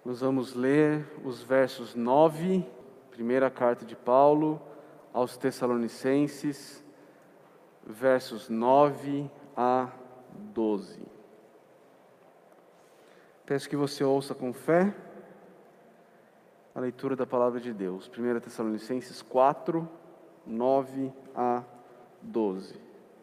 Nós vamos ler os versos 9, primeira carta de Paulo aos Tessalonicenses, versos 9 a 12. Peço que você ouça com fé a leitura da palavra de Deus. 1 Tessalonicenses 4, 9 a 12.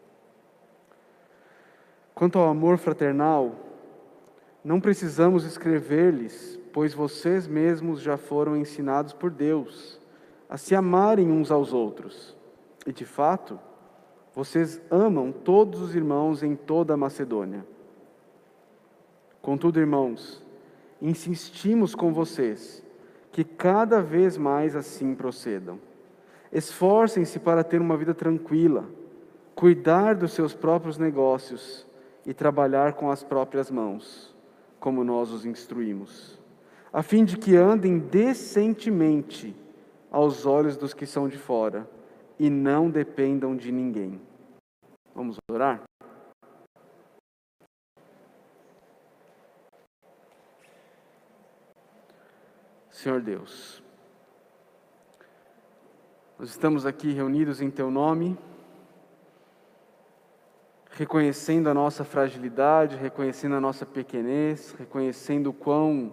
Quanto ao amor fraternal, não precisamos escrever-lhes, pois vocês mesmos já foram ensinados por Deus a se amarem uns aos outros. E de fato, vocês amam todos os irmãos em toda a Macedônia. Contudo, irmãos, insistimos com vocês que cada vez mais assim procedam. Esforcem-se para ter uma vida tranquila, cuidar dos seus próprios negócios e trabalhar com as próprias mãos, como nós os instruímos, a fim de que andem decentemente aos olhos dos que são de fora e não dependam de ninguém. Vamos orar? Senhor Deus, nós estamos aqui reunidos em Teu nome, reconhecendo a nossa fragilidade, reconhecendo a nossa pequenez, reconhecendo o quão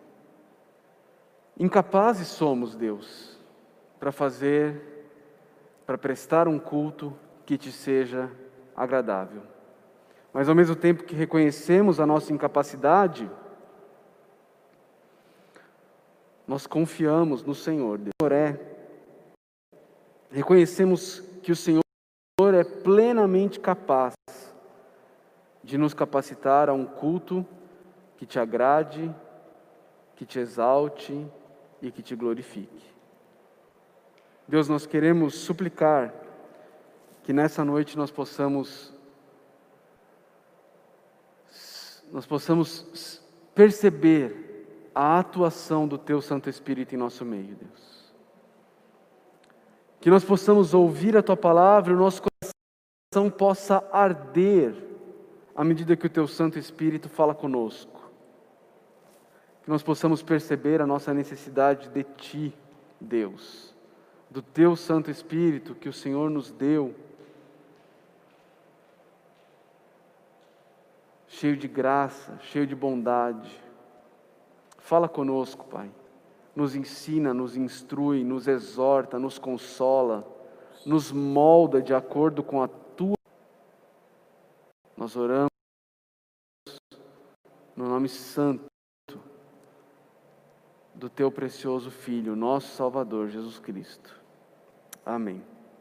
incapazes somos, Deus, para prestar um culto que Te seja agradável. Mas ao mesmo tempo que reconhecemos a nossa incapacidade, nós confiamos no Senhor. Deus reconhecemos que o Senhor é plenamente capaz de nos capacitar a um culto que Te agrade, que Te exalte e que Te glorifique. Deus, nós queremos suplicar que nessa noite nós possamos perceber a atuação do Teu Santo Espírito em nosso meio, Deus. Que nós possamos ouvir a Tua palavra e o nosso coração possa arder à medida que o Teu Santo Espírito fala conosco. Que nós possamos perceber a nossa necessidade de Ti, Deus, do Teu Santo Espírito que o Senhor nos deu, cheio de graça, cheio de bondade. Fala conosco, Pai. Nos ensina, nos instrui, nos exorta, nos consola, nos molda de acordo com a Tua. Nós oramos no nome santo do Teu precioso Filho, nosso Salvador, Jesus Cristo. Amém.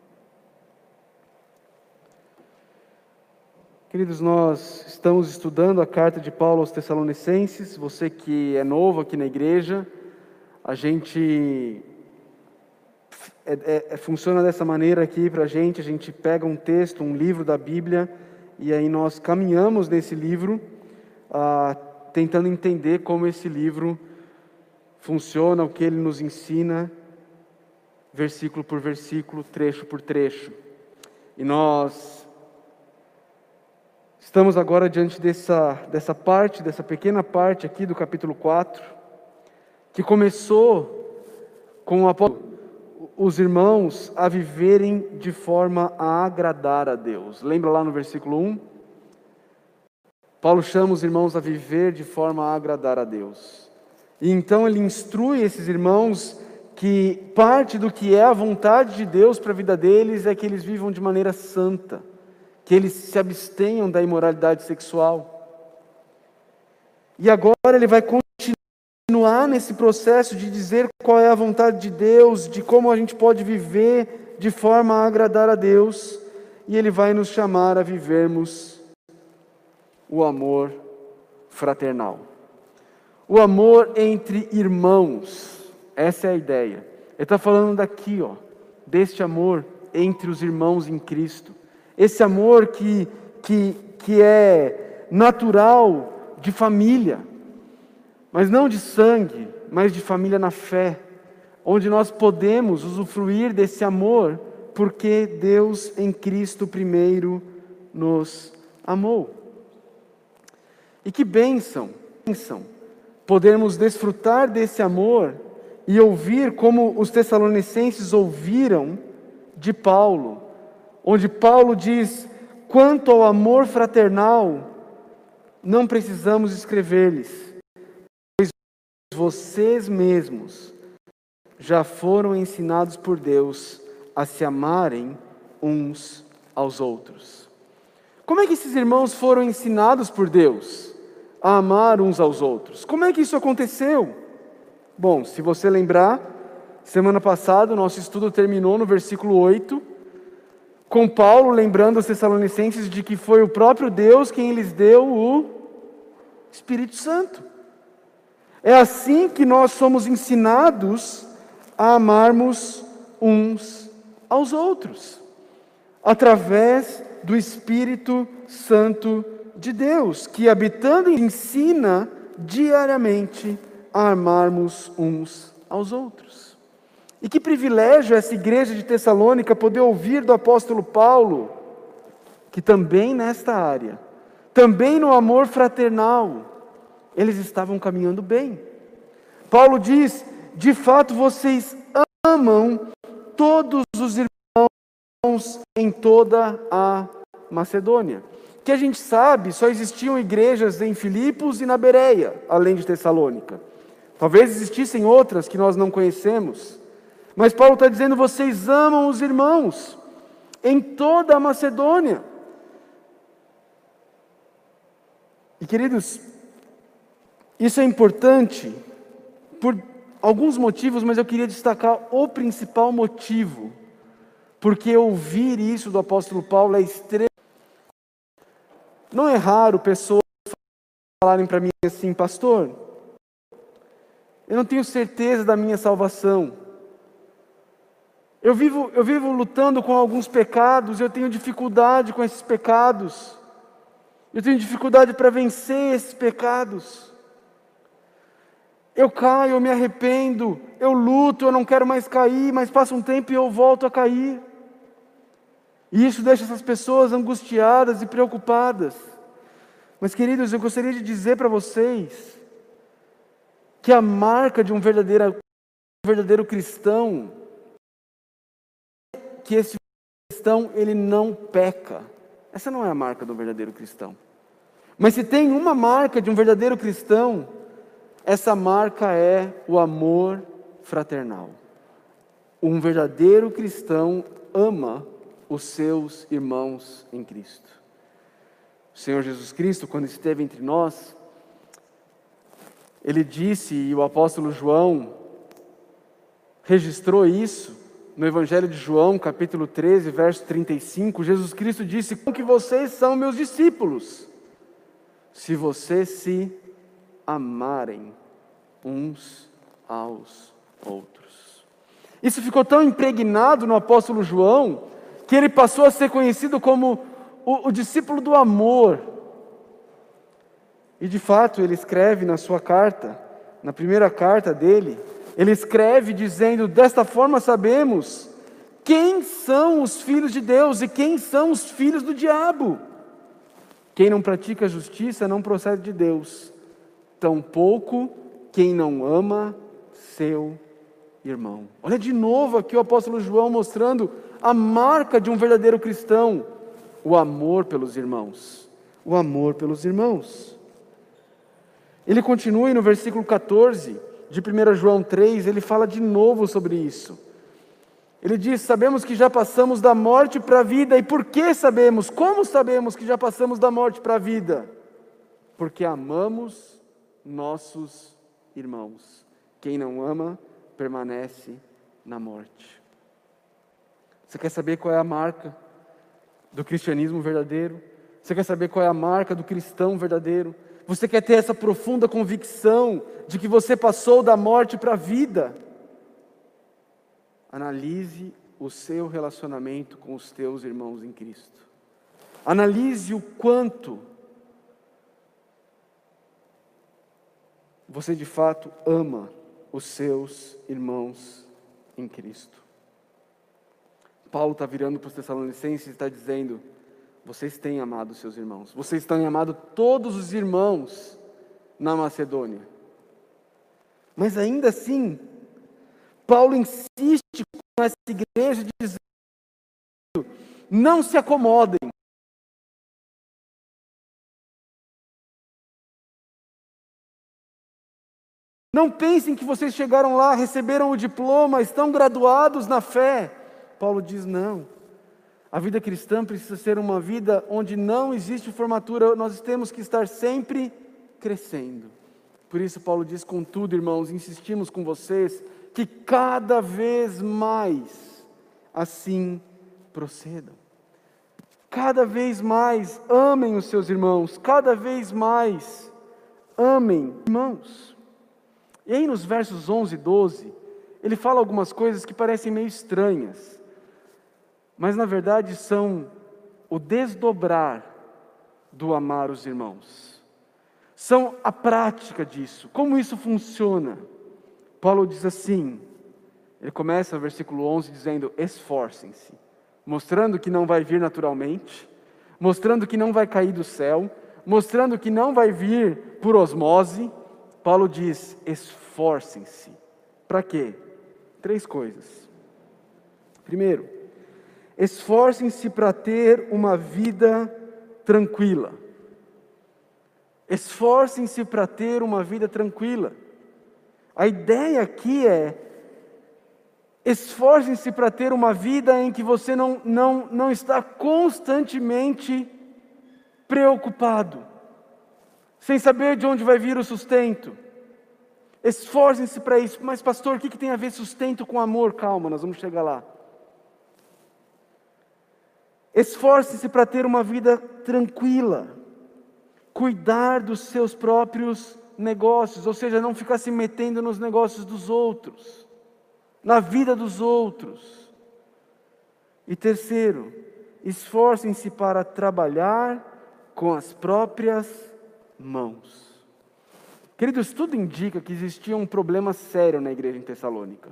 Queridos, nós estamos estudando a carta de Paulo aos Tessalonicenses. Você que é novo aqui na igreja, a gente funciona dessa maneira aqui para a gente pega um texto, um livro da Bíblia, e aí nós caminhamos nesse livro, tentando entender como esse livro funciona, o que ele nos ensina, versículo por versículo, trecho por trecho. E nós estamos agora diante dessa pequena parte aqui do capítulo 4, que começou com os irmãos a viverem de forma a agradar a Deus. Lembra lá no versículo 1? Paulo chama os irmãos a viver de forma a agradar a Deus. E então ele instrui esses irmãos que parte do que é a vontade de Deus para a vida deles é que eles vivam de maneira santa, que eles se abstenham da imoralidade sexual. E agora ele vai continuar nesse processo de dizer qual é a vontade de Deus, de como a gente pode viver de forma a agradar a Deus, e ele vai nos chamar a vivermos o amor fraternal. O amor entre irmãos, essa é a ideia. Ele está falando daqui, deste amor entre os irmãos em Cristo. Esse amor que é natural de família, mas não de sangue, mas de família na fé, onde nós podemos usufruir desse amor, porque Deus em Cristo primeiro nos amou. E que bênção podermos desfrutar desse amor e ouvir como os tessalonicenses ouviram de Paulo, onde Paulo diz: quanto ao amor fraternal, não precisamos escrever-lhes, pois vocês mesmos já foram ensinados por Deus a se amarem uns aos outros. Como é que esses irmãos foram ensinados por Deus a amar uns aos outros? Como é que isso aconteceu? Bom, se você lembrar, semana passada o nosso estudo terminou no versículo 8, com Paulo lembrando aos tessalonicenses de que foi o próprio Deus quem lhes deu o Espírito Santo. É assim que nós somos ensinados a amarmos uns aos outros, através do Espírito Santo de Deus, que habitando ensina diariamente a amarmos uns aos outros. E que privilégio essa igreja de Tessalônica poder ouvir do apóstolo Paulo, que também nesta área, também no amor fraternal, eles estavam caminhando bem. Paulo diz: de fato vocês amam todos os irmãos em toda a Macedônia. Que a gente sabe, só existiam igrejas em Filipos e na Bereia, além de Tessalônica. Talvez existissem outras que nós não conhecemos. Mas Paulo está dizendo: vocês amam os irmãos em toda a Macedônia. E queridos, isso é importante por alguns motivos, mas eu queria destacar o principal motivo, porque ouvir isso do apóstolo Paulo é extremamente... Não é raro pessoas falarem para mim assim: pastor, eu não tenho certeza da minha salvação. Eu vivo lutando com alguns pecados, eu tenho dificuldade com esses pecados. Eu tenho dificuldade para vencer esses pecados. Eu caio, eu me arrependo, eu luto, eu não quero mais cair, mas passa um tempo e eu volto a cair. E isso deixa essas pessoas angustiadas e preocupadas. Mas, queridos, eu gostaria de dizer para vocês que a marca de um verdadeiro cristão, que esse cristão, ele não peca. Essa não é a marca do verdadeiro cristão. Mas se tem uma marca de um verdadeiro cristão, essa marca é o amor fraternal. Um verdadeiro cristão ama os seus irmãos em Cristo. O Senhor Jesus Cristo, quando esteve entre nós, Ele disse, e o apóstolo João registrou isso, no Evangelho de João, capítulo 13, verso 35, Jesus Cristo disse: que vocês são meus discípulos, se vocês se amarem uns aos outros. Isso ficou tão impregnado no apóstolo João, que ele passou a ser conhecido como o discípulo do amor. E de fato ele escreve na sua carta, na primeira carta dele, ele escreve dizendo: desta forma sabemos quem são os filhos de Deus e quem são os filhos do diabo. Quem não pratica a justiça não procede de Deus, tampouco quem não ama seu irmão. Olha de novo aqui o apóstolo João mostrando a marca de um verdadeiro cristão: o amor pelos irmãos. O amor pelos irmãos. Ele continua e no versículo 14 de 1 João 3, ele fala de novo sobre isso. Ele diz: sabemos que já passamos da morte para a vida. E por que sabemos? Como sabemos que já passamos da morte para a vida? Porque amamos nossos irmãos. Quem não ama, permanece na morte. Você quer saber qual é a marca do cristianismo verdadeiro? Você quer saber qual é a marca do cristão verdadeiro? Você quer ter essa profunda convicção de que você passou da morte para a vida? Analise o seu relacionamento com os teus irmãos em Cristo. Analise o quanto você de fato ama os seus irmãos em Cristo. Paulo está virando para os Tessalonicenses e está dizendo: vocês têm amado os seus irmãos. Vocês têm amado todos os irmãos na Macedônia. Mas ainda assim, Paulo insiste com essa igreja dizendo: não se acomodem. Não pensem que vocês chegaram lá, receberam o diploma, estão graduados na fé. Paulo diz: não. A vida cristã precisa ser uma vida onde não existe formatura, nós temos que estar sempre crescendo. Por isso Paulo diz: contudo, irmãos, insistimos com vocês que cada vez mais assim procedam. Cada vez mais amem os seus irmãos, cada vez mais amem irmãos. E aí nos versos 11 e 12, ele fala algumas coisas que parecem meio estranhas, mas na verdade são o desdobrar do amar os irmãos. São a prática disso, como isso funciona. Paulo diz assim, ele começa no versículo 11 dizendo: esforcem-se, mostrando que não vai vir naturalmente, mostrando que não vai cair do céu, mostrando que não vai vir por osmose. Paulo diz: esforcem-se. Para quê? 3 coisas. Primeiro, esforcem-se para ter uma vida tranquila. Esforcem-se para ter uma vida tranquila. A ideia aqui é: esforcem-se para ter uma vida em que você não está constantemente preocupado, sem saber de onde vai vir o sustento. Esforcem-se para isso. Mas pastor, o que tem a ver sustento com amor? Calma, nós vamos chegar lá. Esforcem-se para ter uma vida tranquila, cuidar dos seus próprios negócios, ou seja, não ficar se metendo nos negócios dos outros, na vida dos outros. E terceiro, esforcem-se para trabalhar com as próprias mãos. Queridos, tudo indica que existia um problema sério na igreja em Tessalônica.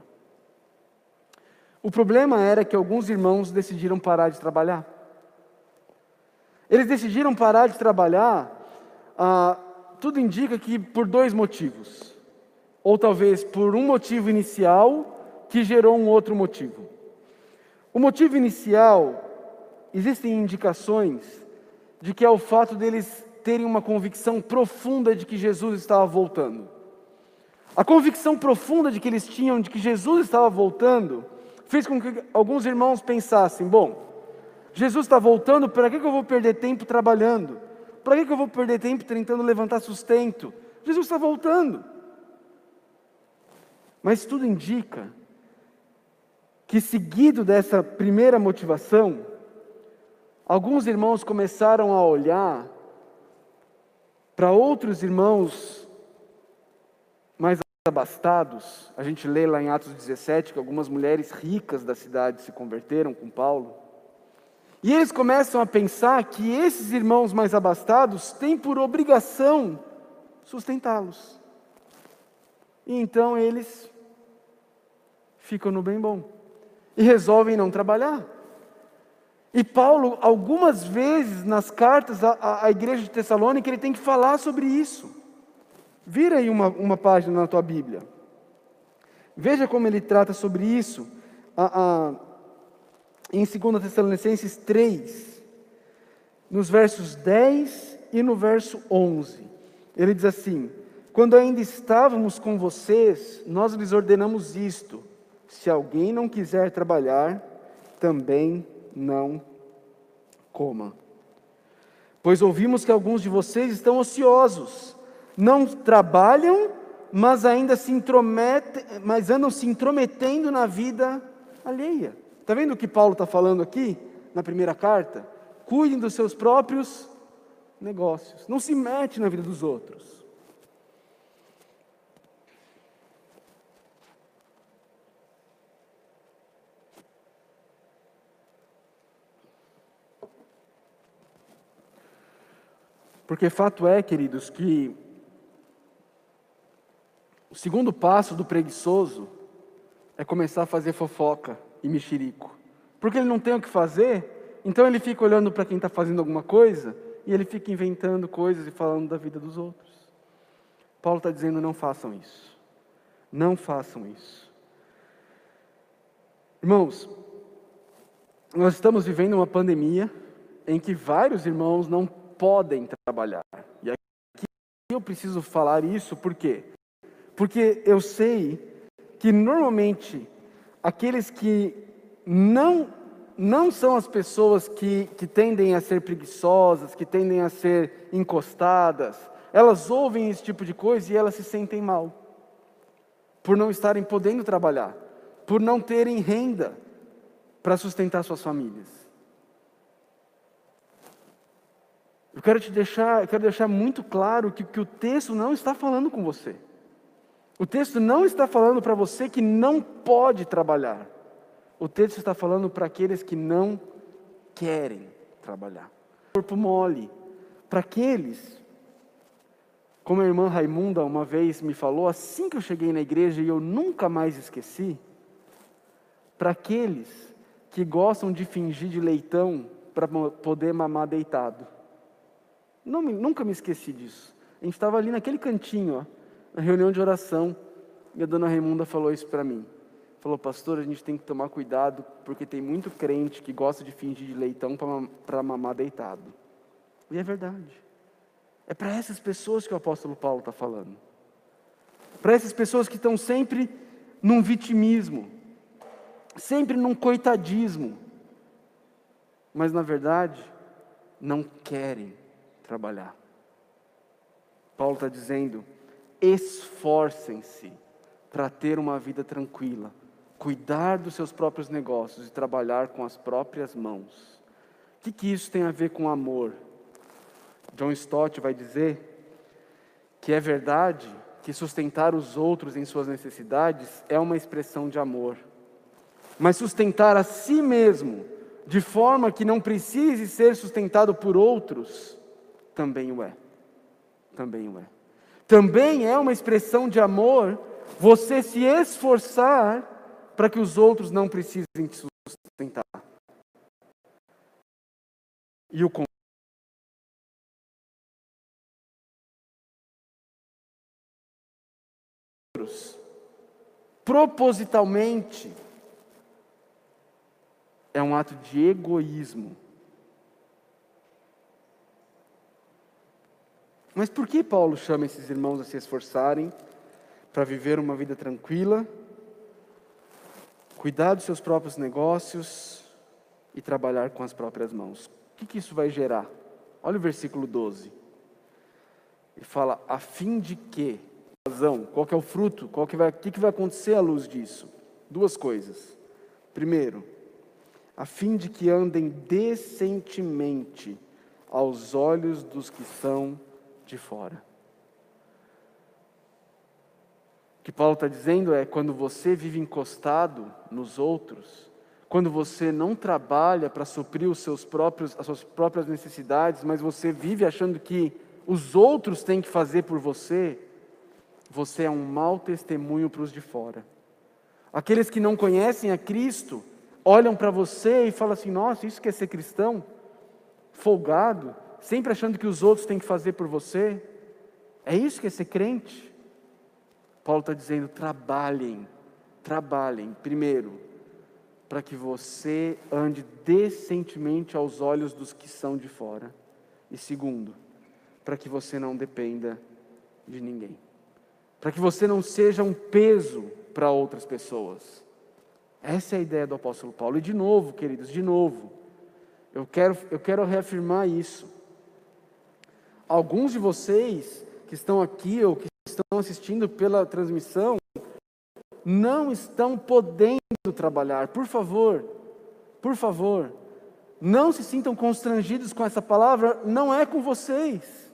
O problema era que alguns irmãos decidiram parar de trabalhar. Eles decidiram parar de trabalhar, tudo indica que por 2 motivos. Ou talvez por um motivo inicial que gerou um outro motivo. O motivo inicial, existem indicações de que é o fato deles terem uma convicção profunda de que Jesus estava voltando. A convicção profunda de que eles tinham de que Jesus estava voltando fez com que alguns irmãos pensassem: bom, Jesus está voltando, para que eu vou perder tempo trabalhando? Para que eu vou perder tempo tentando levantar sustento? Jesus está voltando. Mas tudo indica que, seguido dessa primeira motivação, alguns irmãos começaram a olhar para outros irmãos mais abastados. A gente lê lá em Atos 17 que algumas mulheres ricas da cidade se converteram com Paulo. E eles começam a pensar que esses irmãos mais abastados têm por obrigação sustentá-los. E então eles ficam no bem bom e resolvem não trabalhar. E Paulo, algumas vezes nas cartas à igreja de Tessalônica, ele tem que falar sobre isso. Vira aí uma página na tua Bíblia. Veja como ele trata sobre isso em 2 Tessalonicenses 3, nos versos 10 e no verso 11. Ele diz assim: quando ainda estávamos com vocês, nós lhes ordenamos isto: se alguém não quiser trabalhar, também não coma. Pois ouvimos que alguns de vocês estão ociosos, não trabalham, mas ainda se intrometem, mas andam se intrometendo na vida alheia. Está vendo o que Paulo está falando aqui, na primeira carta? Cuidem dos seus próprios negócios, não se mete na vida dos outros. Porque fato é, queridos, que o segundo passo do preguiçoso é começar a fazer fofoca e mexerico. Porque ele não tem o que fazer, então ele fica olhando para quem está fazendo alguma coisa e ele fica inventando coisas e falando da vida dos outros. Paulo está dizendo: não façam isso. Não façam isso. Irmãos, nós estamos vivendo uma pandemia em que vários irmãos não podem trabalhar. E aqui eu preciso falar isso, por quê? Porque eu sei que normalmente aqueles que não são as pessoas que tendem a ser preguiçosas, que tendem a ser encostadas, elas ouvem esse tipo de coisa e elas se sentem mal, por não estarem podendo trabalhar, por não terem renda para sustentar suas famílias. Eu quero deixar muito claro que o texto não está falando com você. O texto não está falando para você que não pode trabalhar. O texto está falando para aqueles que não querem trabalhar. Corpo mole. Para aqueles, como a irmã Raimunda uma vez me falou, assim que eu cheguei na igreja e eu nunca mais esqueci, para aqueles que gostam de fingir de leitão para poder mamar deitado. Nunca me esqueci disso. A gente estava ali naquele cantinho, ó, na reunião de oração, e a dona Raimunda falou isso para mim. Falou, pastor, a gente tem que tomar cuidado, porque tem muito crente que gosta de fingir de leitão para mamar deitado. E é verdade. É para essas pessoas que o apóstolo Paulo está falando. Para essas pessoas que estão sempre num vitimismo, sempre num coitadismo, mas na verdade não querem trabalhar. Paulo está dizendo, esforcem-se para ter uma vida tranquila, cuidar dos seus próprios negócios e trabalhar com as próprias mãos. O que isso tem a ver com amor? John Stott vai dizer que é verdade que sustentar os outros em suas necessidades é uma expressão de amor, mas sustentar a si mesmo de forma que não precise ser sustentado por outros, também o é. Também o é. Também é uma expressão de amor você se esforçar para que os outros não precisem te sustentar. E o propositalmente é um ato de egoísmo. Mas por que Paulo chama esses irmãos a se esforçarem para viver uma vida tranquila, cuidar dos seus próprios negócios e trabalhar com as próprias mãos? O que isso vai gerar? Olha o versículo 12. Ele fala, a fim de que? Razão, qual que é o fruto? O que vai acontecer à luz disso? Duas coisas. Primeiro, a fim de que andem decentemente aos olhos dos que são de fora. O que Paulo está dizendo é, quando você vive encostado nos outros, quando você não trabalha para suprir as suas próprias necessidades, mas você vive achando que os outros têm que fazer por você, você é um mau testemunho para os de fora. Aqueles que não conhecem a Cristo, olham para você e falam assim, nossa, isso quer ser cristão? Folgado, sempre achando que os outros têm que fazer por você? É isso que é ser crente? Paulo está dizendo, trabalhem, primeiro, para que você ande decentemente aos olhos dos que são de fora. E segundo, para que você não dependa de ninguém. Para que você não seja um peso para outras pessoas. Essa é a ideia do apóstolo Paulo. E de novo, queridos, eu quero reafirmar isso. Alguns de vocês que estão aqui ou que estão assistindo pela transmissão não estão podendo trabalhar. Por favor, não se sintam constrangidos com essa palavra, não é com vocês.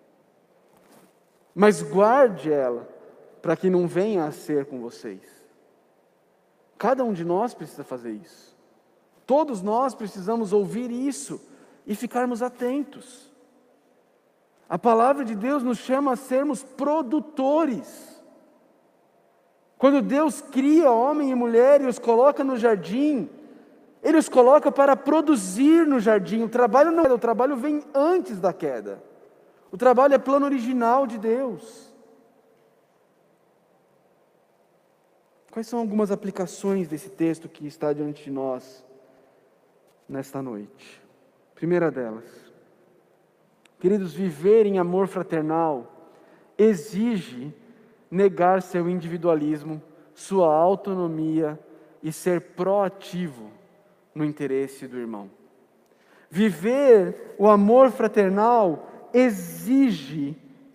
Mas guarde ela, para que não venha a ser com vocês. Cada um de nós precisa fazer isso. Todos nós precisamos ouvir isso e ficarmos atentos. A palavra de Deus nos chama a sermos produtores. Quando Deus cria homem e mulher e os coloca no jardim, Ele os coloca para produzir no jardim. O trabalho vem antes da queda. O trabalho é plano original de Deus. Quais são algumas aplicações desse texto que está diante de nós nesta noite? Primeira delas, queridos, viver em amor fraternal exige negar seu individualismo, sua autonomia e ser proativo no interesse do irmão. Viver o amor fraternal exige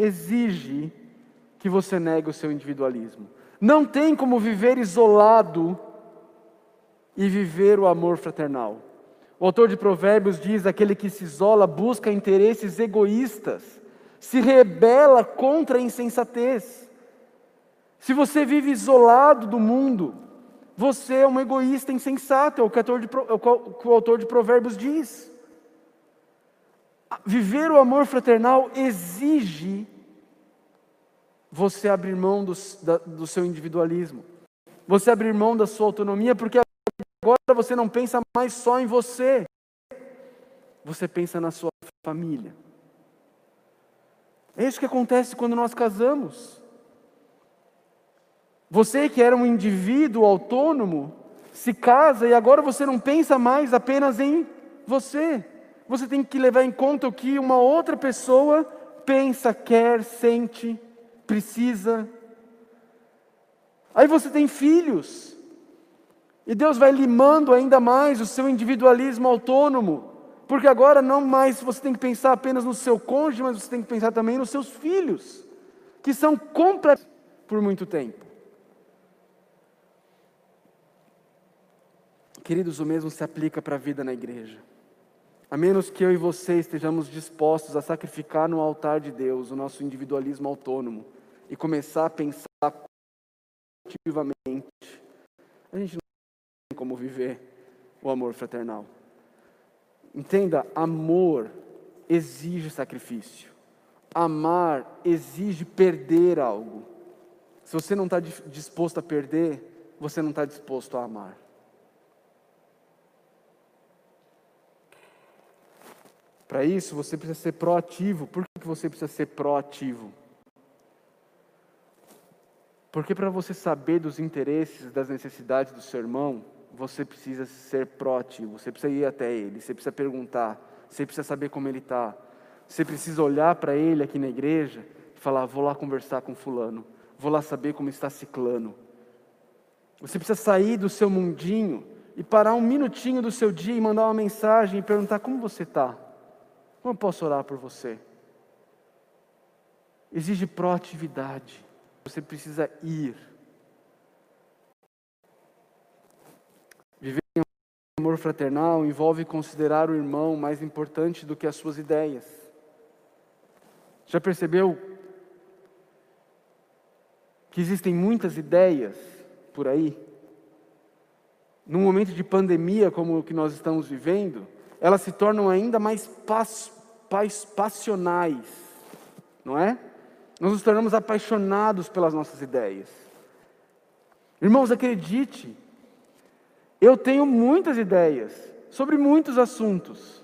que você negue o seu individualismo. Não tem como viver isolado e viver o amor fraternal. O autor de Provérbios diz: aquele que se isola busca interesses egoístas, se rebela contra a insensatez. Se você vive isolado do mundo, você é um egoísta insensato, é o que o autor de Provérbios diz. Viver o amor fraternal exige você abrir mão do seu individualismo, você abrir mão da sua autonomia, porque agora você não pensa mais só em você, você pensa na sua família. É isso que acontece quando nós casamos. Você que era um indivíduo autônomo, se casa e agora você não pensa mais apenas em você. Você tem que levar em conta o que uma outra pessoa pensa, quer, sente, precisa. Aí você tem filhos, e Deus vai limando ainda mais o seu individualismo autônomo, porque agora não mais você tem que pensar apenas no seu cônjuge, mas você tem que pensar também nos seus filhos, que são completos por muito tempo. Queridos, o mesmo se aplica para a vida na igreja. A menos que eu e você estejamos dispostos a sacrificar no altar de Deus o nosso individualismo autônomo e começar a pensar coletivamente, a gente não tem como viver o amor fraternal. Entenda, amor exige sacrifício. Amar exige perder algo. Se você não está disposto a perder, você não está disposto a amar. Para isso, você precisa ser proativo. Por que você precisa ser proativo? Porque para você saber dos interesses, das necessidades do seu irmão, você precisa ser proativo. Você precisa ir até ele, você precisa perguntar, você precisa saber como ele está. Você precisa olhar para ele aqui na igreja e falar: vou lá conversar com fulano, vou lá saber como está ciclano. Você precisa sair do seu mundinho e parar um minutinho do seu dia e mandar uma mensagem e perguntar: como você está? Como eu posso orar por você? Exige proatividade. Você precisa ir. Viver em amor fraternal envolve considerar o irmão mais importante do que as suas ideias. Já percebeu que existem muitas ideias por aí? Num momento de pandemia como o que nós estamos vivendo, elas se tornam ainda mais passionais, não é? Nós nos tornamos apaixonados pelas nossas ideias. Irmãos, acredite, eu tenho muitas ideias sobre muitos assuntos.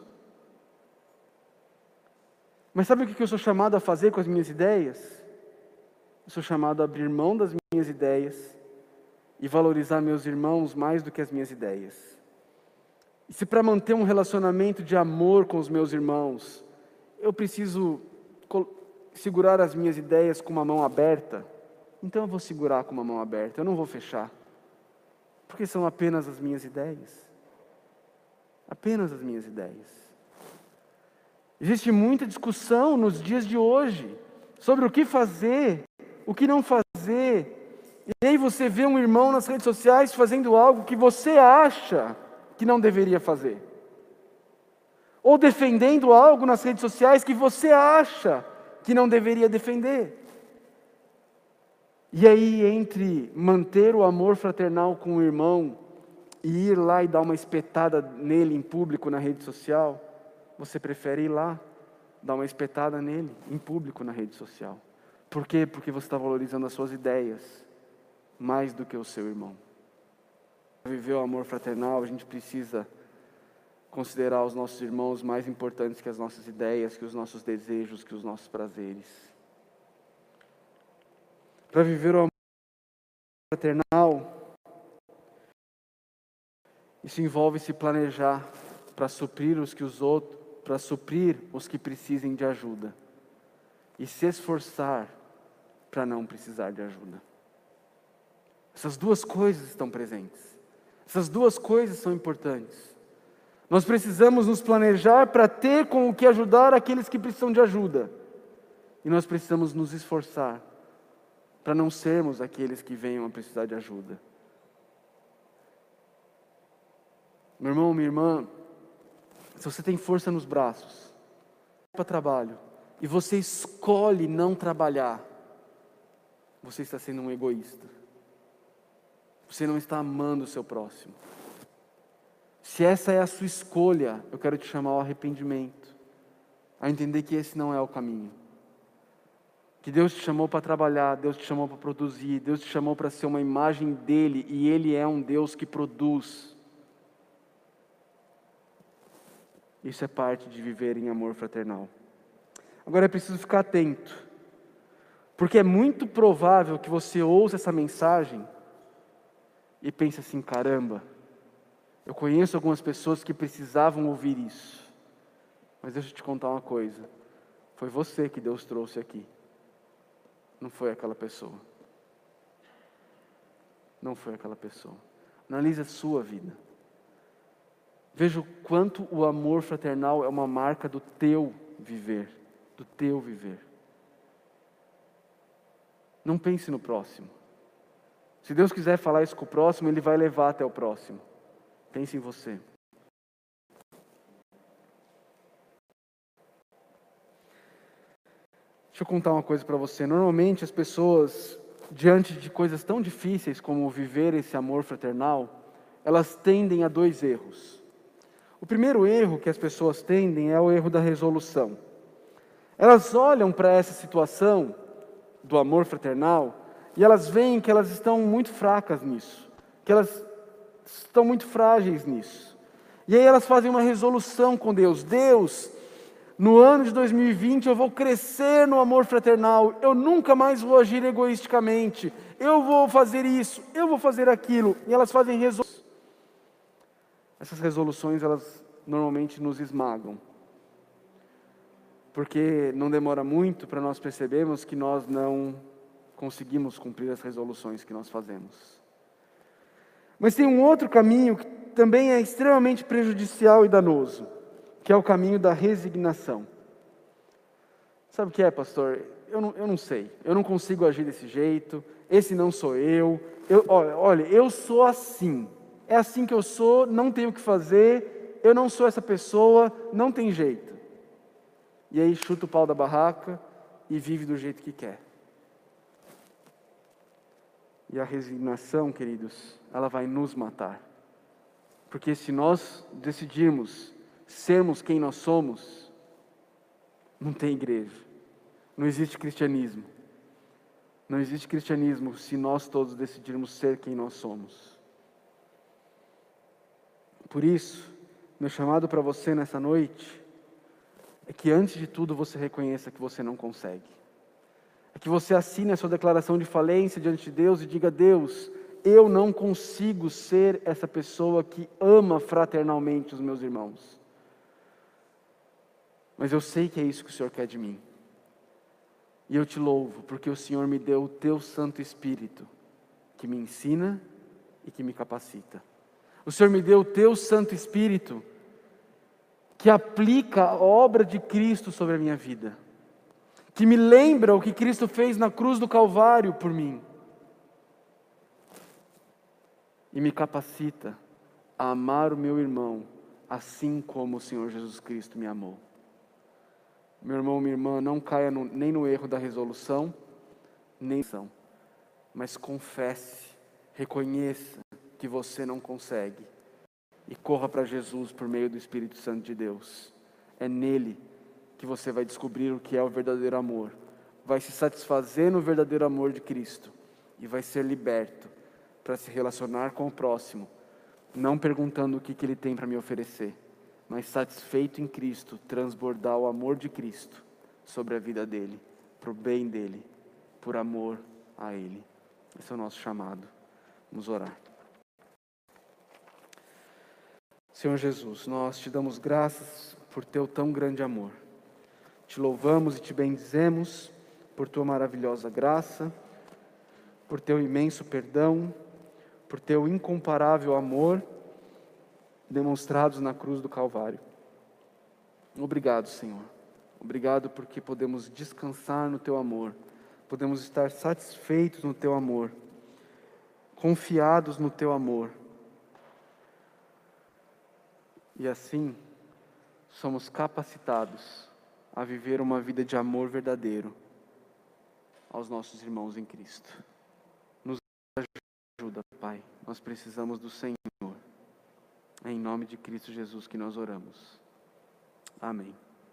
Mas sabe o que eu sou chamado a fazer com as minhas ideias? Eu sou chamado a abrir mão das minhas ideias e valorizar meus irmãos mais do que as minhas ideias. E se para manter um relacionamento de amor com os meus irmãos, eu preciso segurar as minhas ideias com uma mão aberta, então eu vou segurar com uma mão aberta, eu não vou fechar, porque são apenas as minhas ideias. Apenas as minhas ideias. Existe muita discussão nos dias de hoje sobre o que fazer, o que não fazer. E aí você vê um irmão nas redes sociais fazendo algo que você acha que não deveria fazer. Ou defendendo algo nas redes sociais que você acha que não deveria defender. E aí, entre manter o amor fraternal com o irmão e ir lá e dar uma espetada nele em público na rede social, você prefere ir lá, dar uma espetada nele em público na rede social. Por quê? Porque você está valorizando as suas ideias mais do que o seu irmão. Para viver o amor fraternal, a gente precisa considerar os nossos irmãos mais importantes que as nossas ideias, que os nossos desejos, que os nossos prazeres. Para viver o amor fraternal, Isso envolve se planejar para suprir os que precisem de ajuda e se esforçar para não precisar de ajuda. Essas duas coisas estão presentes. Essas duas coisas são importantes. Nós precisamos nos planejar para ter com o que ajudar aqueles que precisam de ajuda. E nós precisamos nos esforçar para não sermos aqueles que venham a precisar de ajuda. Meu irmão, minha irmã, se você tem força nos braços para trabalho e você escolhe não trabalhar, você está sendo um egoísta. Você não está amando o seu próximo. Se essa é a sua escolha, eu quero te chamar ao arrependimento, a entender que esse não é o caminho. Que Deus te chamou para trabalhar, Deus te chamou para produzir, Deus te chamou para ser uma imagem dEle, e Ele é um Deus que produz. Isso é parte de viver em amor fraternal. Agora é preciso ficar atento, porque é muito provável que você ouça essa mensagem e pense assim: caramba, eu conheço algumas pessoas que precisavam ouvir isso. Mas deixa eu te contar uma coisa: foi você que Deus trouxe aqui, não foi aquela pessoa. Não foi aquela pessoa. Analise a sua vida. Veja o quanto o amor fraternal é uma marca do teu viver. Do teu viver. Não pense no próximo. Se Deus quiser falar isso com o próximo, Ele vai levar até o próximo. Pense em você. Deixa eu contar uma coisa para você. Normalmente as pessoas, diante de coisas tão difíceis como viver esse amor fraternal, elas tendem a dois erros. O primeiro erro que as pessoas tendem é o erro da resolução. Elas olham para essa situação do amor fraternal e elas veem que elas estão muito fracas nisso, que elas estão muito frágeis nisso. E aí elas fazem uma resolução com Deus: Deus, no ano de 2020 eu vou crescer no amor fraternal, eu nunca mais vou agir egoisticamente, eu vou fazer isso, eu vou fazer aquilo. E elas fazem resoluções. Essas resoluções, elas normalmente nos esmagam, porque não demora muito para nós percebermos que nós não conseguimos cumprir as resoluções que nós fazemos. Mas tem um outro caminho que também é extremamente prejudicial e danoso, que é o caminho da resignação. Sabe o que é, pastor? Eu não sei, eu não consigo agir desse jeito, esse não sou eu. Olha, eu sou assim, é assim que eu sou, não tenho o que fazer, eu não sou essa pessoa, não tem jeito. E aí chuta o pau da barraca e vive do jeito que quer. E a resignação, queridos, ela vai nos matar. Porque se nós decidirmos sermos quem nós somos, não tem igreja, não existe cristianismo. Não existe cristianismo se nós todos decidirmos ser quem nós somos. Por isso, meu chamado para você nessa noite é que antes de tudo você reconheça que você não consegue. É que você assine a sua declaração de falência diante de Deus e diga: Deus, eu não consigo ser essa pessoa que ama fraternalmente os meus irmãos. Mas eu sei que é isso que o Senhor quer de mim. E eu te louvo, porque o Senhor me deu o teu Santo Espírito, que me ensina e que me capacita. O Senhor me deu o teu Santo Espírito, que aplica a obra de Cristo sobre a minha vida, que me lembra o que Cristo fez na cruz do Calvário por mim, e me capacita a amar o meu irmão, assim como o Senhor Jesus Cristo me amou. Meu irmão, minha irmã, não caia nem no erro da resolução, nem mas confesse, reconheça que você não consegue e corra para Jesus por meio do Espírito Santo de Deus. É nele que você vai descobrir o que é o verdadeiro amor, vai se satisfazer no verdadeiro amor de Cristo e vai ser liberto para se relacionar com o próximo, não perguntando o que Ele tem para me oferecer, mas satisfeito em Cristo, transbordar o amor de Cristo sobre a vida dele, para o bem dele, por amor a Ele. Esse é o nosso chamado. Vamos orar. Senhor Jesus, nós te damos graças por teu tão grande amor. Te louvamos e te bendizemos por tua maravilhosa graça, por teu imenso perdão, por teu incomparável amor demonstrados na cruz do Calvário. Obrigado, Senhor. Obrigado porque podemos descansar no teu amor, podemos estar satisfeitos no teu amor, confiados no teu amor. E assim, somos capacitados a viver uma vida de amor verdadeiro aos nossos irmãos em Cristo. Nos ajuda, Pai. Nós precisamos do Senhor. É em nome de Cristo Jesus que nós oramos. Amém.